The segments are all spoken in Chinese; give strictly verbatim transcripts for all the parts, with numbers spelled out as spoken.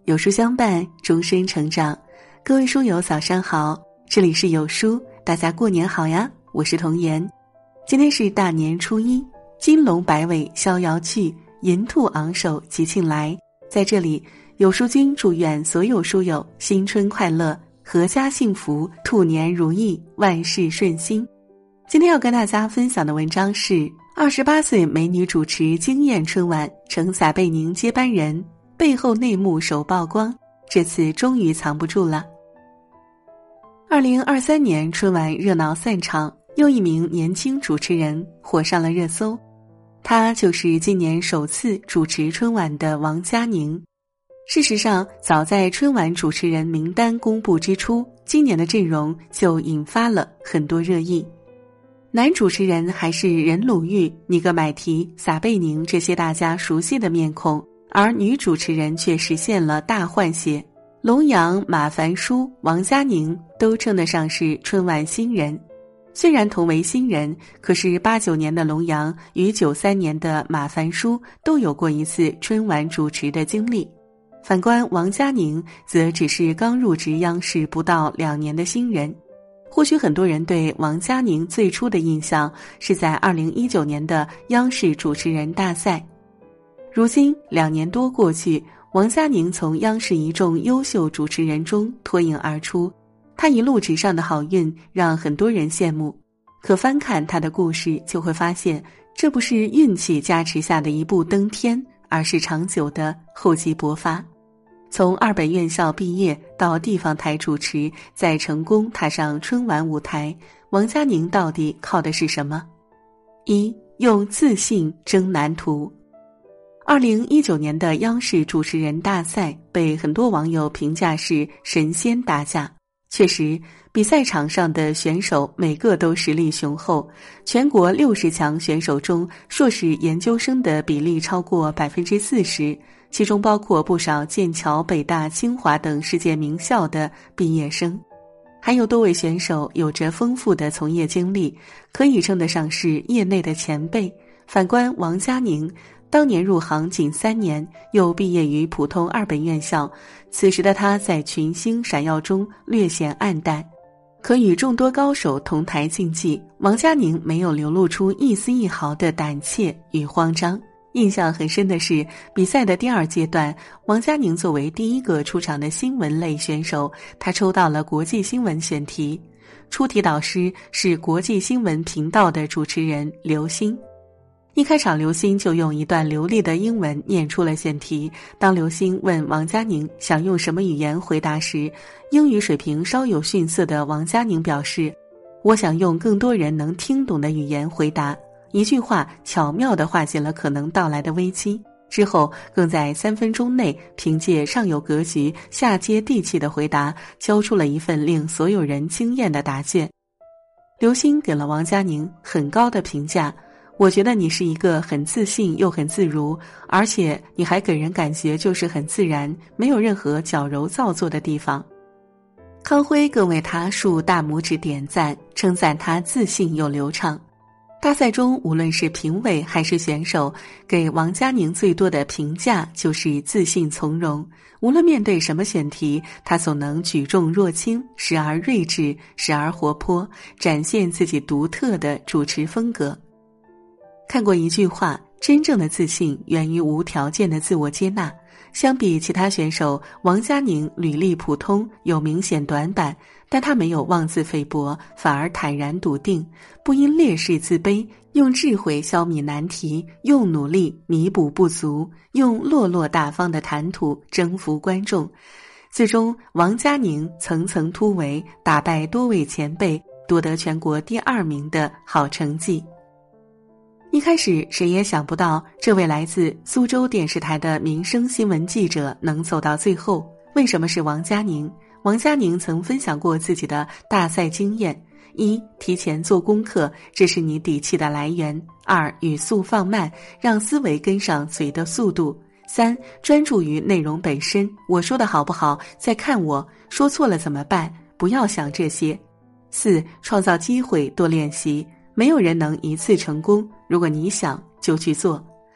有书相伴，终身成长。各位书友早上好，这里是有书，大家过年好呀，我是童言。今天是大年初一，金龙摆尾逍遥去，银兔昂首吉庆来。在这里，有书君祝愿所有书友新春快乐，阖家幸福，兔年如意，万事顺心。今天要跟大家分享的文章是二十八岁美女主持惊艳春晚，成撒贝宁接班人，背后内幕首曝光，这次终于藏不住了。二零二三年春晚热闹散场，又一名年轻主持人火上了热搜，她就是今年首次主持春晚的王嘉宁。事实上，早在春晚主持人名单公布之初，今年的阵容就引发了很多热议。男主持人还是任鲁豫、尼格买提、撒贝宁这些大家熟悉的面孔，而女主持人却实现了大换血。龙阳、马凡舒、王嘉宁都称得上是春晚新人。虽然同为新人，可是八九年的龙阳与九三年的马凡舒都有过一次春晚主持的经历。反观王嘉宁，则只是刚入职央视不到两年的新人。或许很多人对王嘉宁最初的印象是在二零一九年的央视主持人大赛。如今两年多过去，王嘉宁从央视一众优秀主持人中脱颖而出，他一路直上的好运让很多人羡慕。可翻看他的故事，就会发现这不是运气加持下的一步登天，而是长久的厚积薄发。从二本院校毕业到地方台主持，再成功踏上春晚舞台，王嘉宁到底靠的是什么？一、用自信争蓝图。二零一九年的央视主持人大赛被很多网友评价是神仙打架。确实，比赛场上的选手每个都实力雄厚，全国六十强选手中，硕士研究生的比例超过百分之四十，其中包括不少剑桥、北大、清华等世界名校的毕业生。还有多位选手有着丰富的从业经历，可以称得上是业内的前辈。反观王嘉宁，当年入行仅三年，又毕业于普通二本院校，此时的他在群星闪耀中略显暗淡。可与众多高手同台竞技，王嘉宁没有流露出一丝一毫的胆怯与慌张。印象很深的是，比赛的第二阶段，王嘉宁作为第一个出场的新闻类选手，他抽到了国际新闻选题，出题导师是国际新闻频道的主持人刘星。一开场，刘星就用一段流利的英文念出了选题。当刘星问王嘉宁想用什么语言回答时，英语水平稍有逊色的王嘉宁表示：“我想用更多人能听懂的语言回答。”一句话巧妙地化解了可能到来的危机。之后，更在三分钟内凭借上有格局、下接地气的回答，交出了一份令所有人惊艳的答卷。刘星给了王嘉宁很高的评价。我觉得你是一个很自信又很自如，而且你还给人感觉就是很自然，没有任何矫揉造作的地方。康辉更为他竖大拇指点赞，称赞他自信又流畅。大赛中，无论是评委还是选手，给王嘉宁最多的评价就是自信从容。无论面对什么选题，他总能举重若轻，时而睿智，时而活泼，展现自己独特的主持风格。看过一句话，真正的自信源于无条件的自我接纳。相比其他选手，王嘉宁履历普通，有明显短板，但他没有妄自菲薄，反而坦然笃定，不因劣势自卑，用智慧消弭难题，用努力弥补不足，用落落大方的谈吐征服观众。最终，王嘉宁层层突围，打败多位前辈，夺得全国第二名的好成绩。一开始谁也想不到，这位来自苏州电视台的民生新闻记者能走到最后。为什么是王嘉宁？王嘉宁曾分享过自己的大赛经验：一、提前做功课，这是你底气的来源；二、语速放慢，让思维跟上嘴的速度；三、专注于内容本身，我说的好不好，再看我，说错了怎么办，不要想这些；四、创造机会，多练习，没有人能一次成功，如果你想就去做。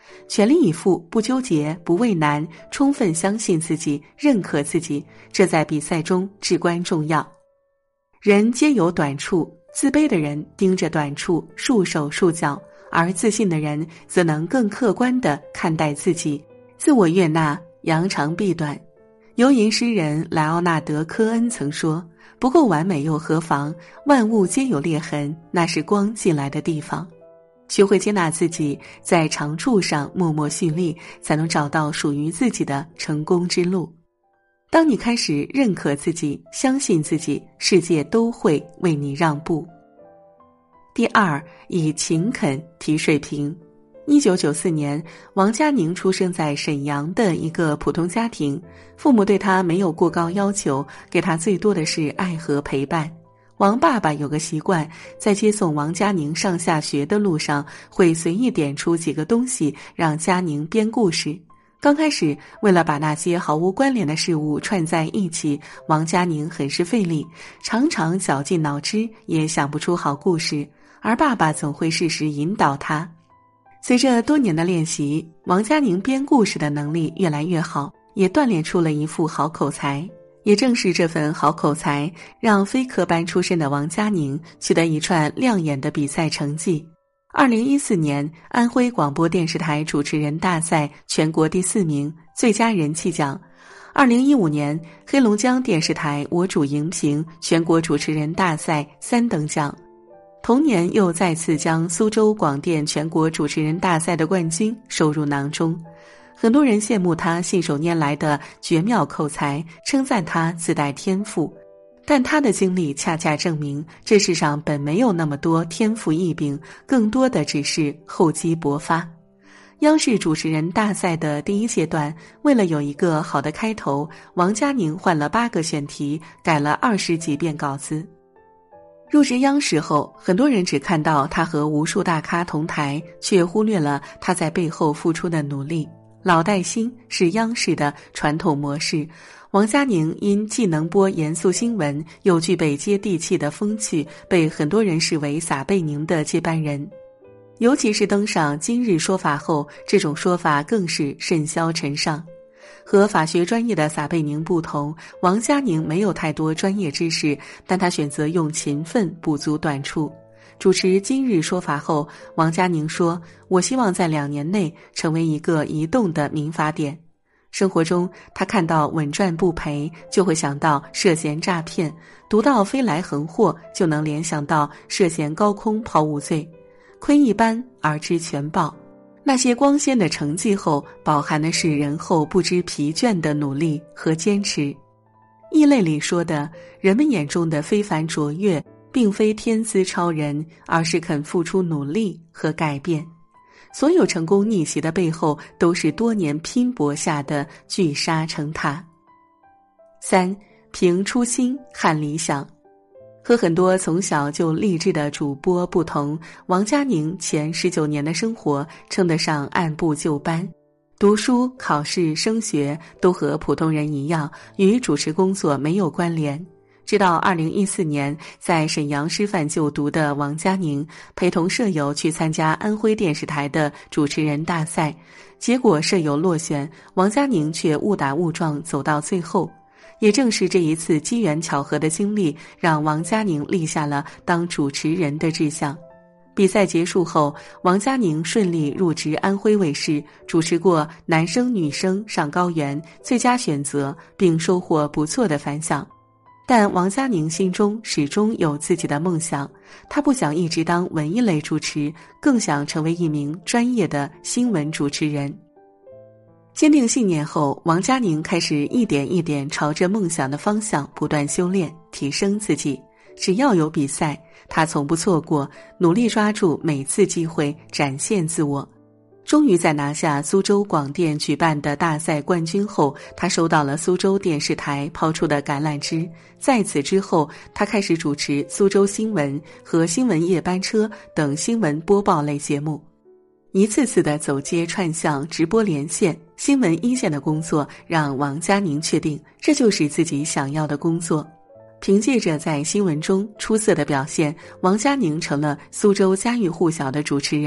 全力以赴，不纠结，不畏难，充分相信自己，认可自己，这在比赛中至关重要。人皆有短处，自卑的人盯着短处，束手束脚，而自信的人则能更客观地看待自己，自我悦纳，扬长避短。游吟诗人莱奥纳德·科恩曾说，不够完美又何妨，万物皆有裂痕，那是光进来的地方。学会接纳自己，在长处上默默蓄力，才能找到属于自己的成功之路。当你开始认可自己，相信自己，世界都会为你让步。第二，以勤恳提水平。一九九四年，王佳宁出生在沈阳的一个普通家庭，父母对他没有过高要求，给他最多的是爱和陪伴。王爸爸有个习惯，在接送王佳宁上下学的路上，会随意点出几个东西，让佳宁编故事。刚开始，为了把那些毫无关联的事物串在一起，王佳宁很是费力，常常绞尽脑汁也想不出好故事，而爸爸总会适时引导他。随着多年的练习，王佳宁编故事的能力越来越好，也锻炼出了一副好口才。也正是这份好口才，让非科班出身的王佳宁取得一串亮眼的比赛成绩。二零一四年，安徽广播电视台主持人大赛全国第四名，最佳人气奖。二零一五年，黑龙江电视台我主荧屏全国主持人大赛三等奖。同年又再次将苏州广电全国主持人大赛的冠军收入囊中。很多人羡慕他信手拈来的绝妙口才，称赞他自带天赋。但他的经历恰恰证明，这世上本没有那么多天赋异禀，更多的只是厚积薄发。央视主持人大赛的第一阶段，为了有一个好的开头，王佳宁换了八个选题，改了二十几遍稿子。入职央视后，很多人只看到他和无数大咖同台，却忽略了他在背后付出的努力。老带新是央视的传统模式，王佳宁因既能播严肃新闻，又具备接地气的风趣，被很多人视为撒贝宁的接班人。尤其是登上《今日说法》后，这种说法更是甚嚣尘上。和法学专业的撒贝宁不同，王佳宁没有太多专业知识，但他选择用勤奋补足短处。主持《今日说法》后，王佳宁说，我希望在两年内成为一个移动的民法典。生活中，他看到稳赚不赔，就会想到涉嫌诈骗；读到飞来横祸，就能联想到涉嫌高空抛物罪。窥一斑而知全豹。那些光鲜的成绩后，饱含的是人后不知疲倦的努力和坚持。异类里说的，人们眼中的非凡卓越，并非天资超人，而是肯付出努力和改变。所有成功逆袭的背后，都是多年拼搏下的聚沙成塔。三，凭初心撼理想。和很多从小就励志的主播不同，王佳宁前十九年的生活称得上按部就班，读书、考试、升学都和普通人一样，与主持工作没有关联。直到二零一四年，在沈阳师范就读的王佳宁陪同舍友去参加安徽电视台的主持人大赛，结果舍友落选，王佳宁却误打误撞走到最后。也正是这一次机缘巧合的经历，让王佳宁立下了当主持人的志向。比赛结束后，王佳宁顺利入职安徽卫视，主持过《男生女生上高原》最佳选择，并收获不错的反响。但王佳宁心中始终有自己的梦想，他不想一直当文艺类主持，更想成为一名专业的新闻主持人。坚定信念后，王佳宁开始一点一点朝着梦想的方向不断修炼，提升自己。只要有比赛，他从不错过，努力抓住每次机会展现自我。终于在拿下苏州广电举办的大赛冠军后，他收到了苏州电视台抛出的橄榄枝。在此之后，他开始主持苏州新闻和新闻夜班车等新闻播报类节目。一次次的走街串巷、直播连线，新闻一线的工作让王佳宁确定这就是自己想要的工作。凭借着在新闻中出色的表现，王佳宁成了苏州家喻户晓的主持人。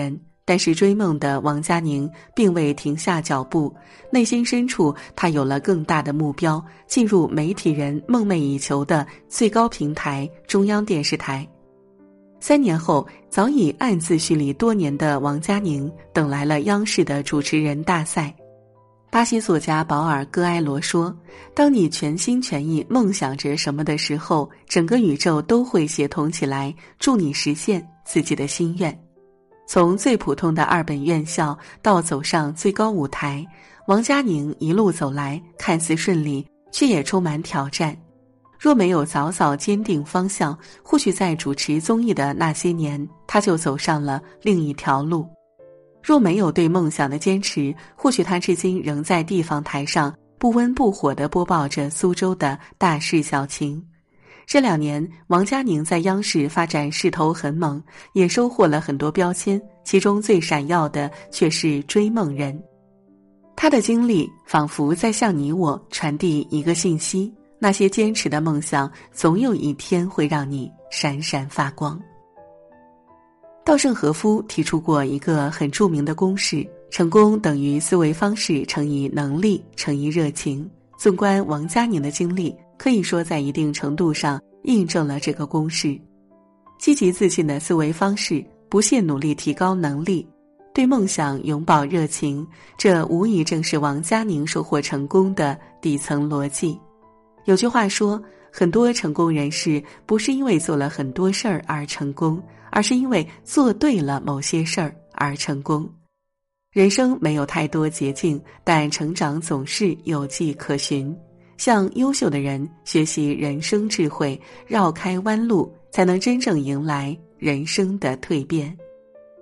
但是追梦的王佳宁并未停下脚步，内心深处他有了更大的目标，进入媒体人梦寐以求的最高平台中央电视台。三年后，早已暗自蓄力多年的王佳宁等来了央视的主持人大赛。巴西作家保尔·戈埃罗说，当你全心全意梦想着什么的时候，整个宇宙都会协同起来，助你实现自己的心愿。从最普通的二本院校到走上最高舞台，王佳宁一路走来，看似顺利，却也充满挑战。若没有早早坚定方向，或许在主持综艺的那些年，他就走上了另一条路。若没有对梦想的坚持，或许他至今仍在地方台上不温不火地播报着苏州的大事小情。这两年，王佳宁在央视发展势头很猛，也收获了很多标签，其中最闪耀的却是追梦人。他的经历仿佛在向你我传递一个信息，那些坚持的梦想，总有一天会让你闪闪发光。稻盛和夫提出过一个很著名的公式，成功等于思维方式乘以能力乘以热情。纵观王佳宁的经历，可以说在一定程度上印证了这个公式。积极自信的思维方式，不懈努力提高能力，对梦想永葆热情，这无疑正是王佳宁收获成功的底层逻辑。有句话说，很多成功人士不是因为做了很多事儿而成功，而是因为做对了某些事儿而成功。人生没有太多捷径，但成长总是有迹可循。向优秀的人学习人生智慧，绕开弯路，才能真正迎来人生的蜕变。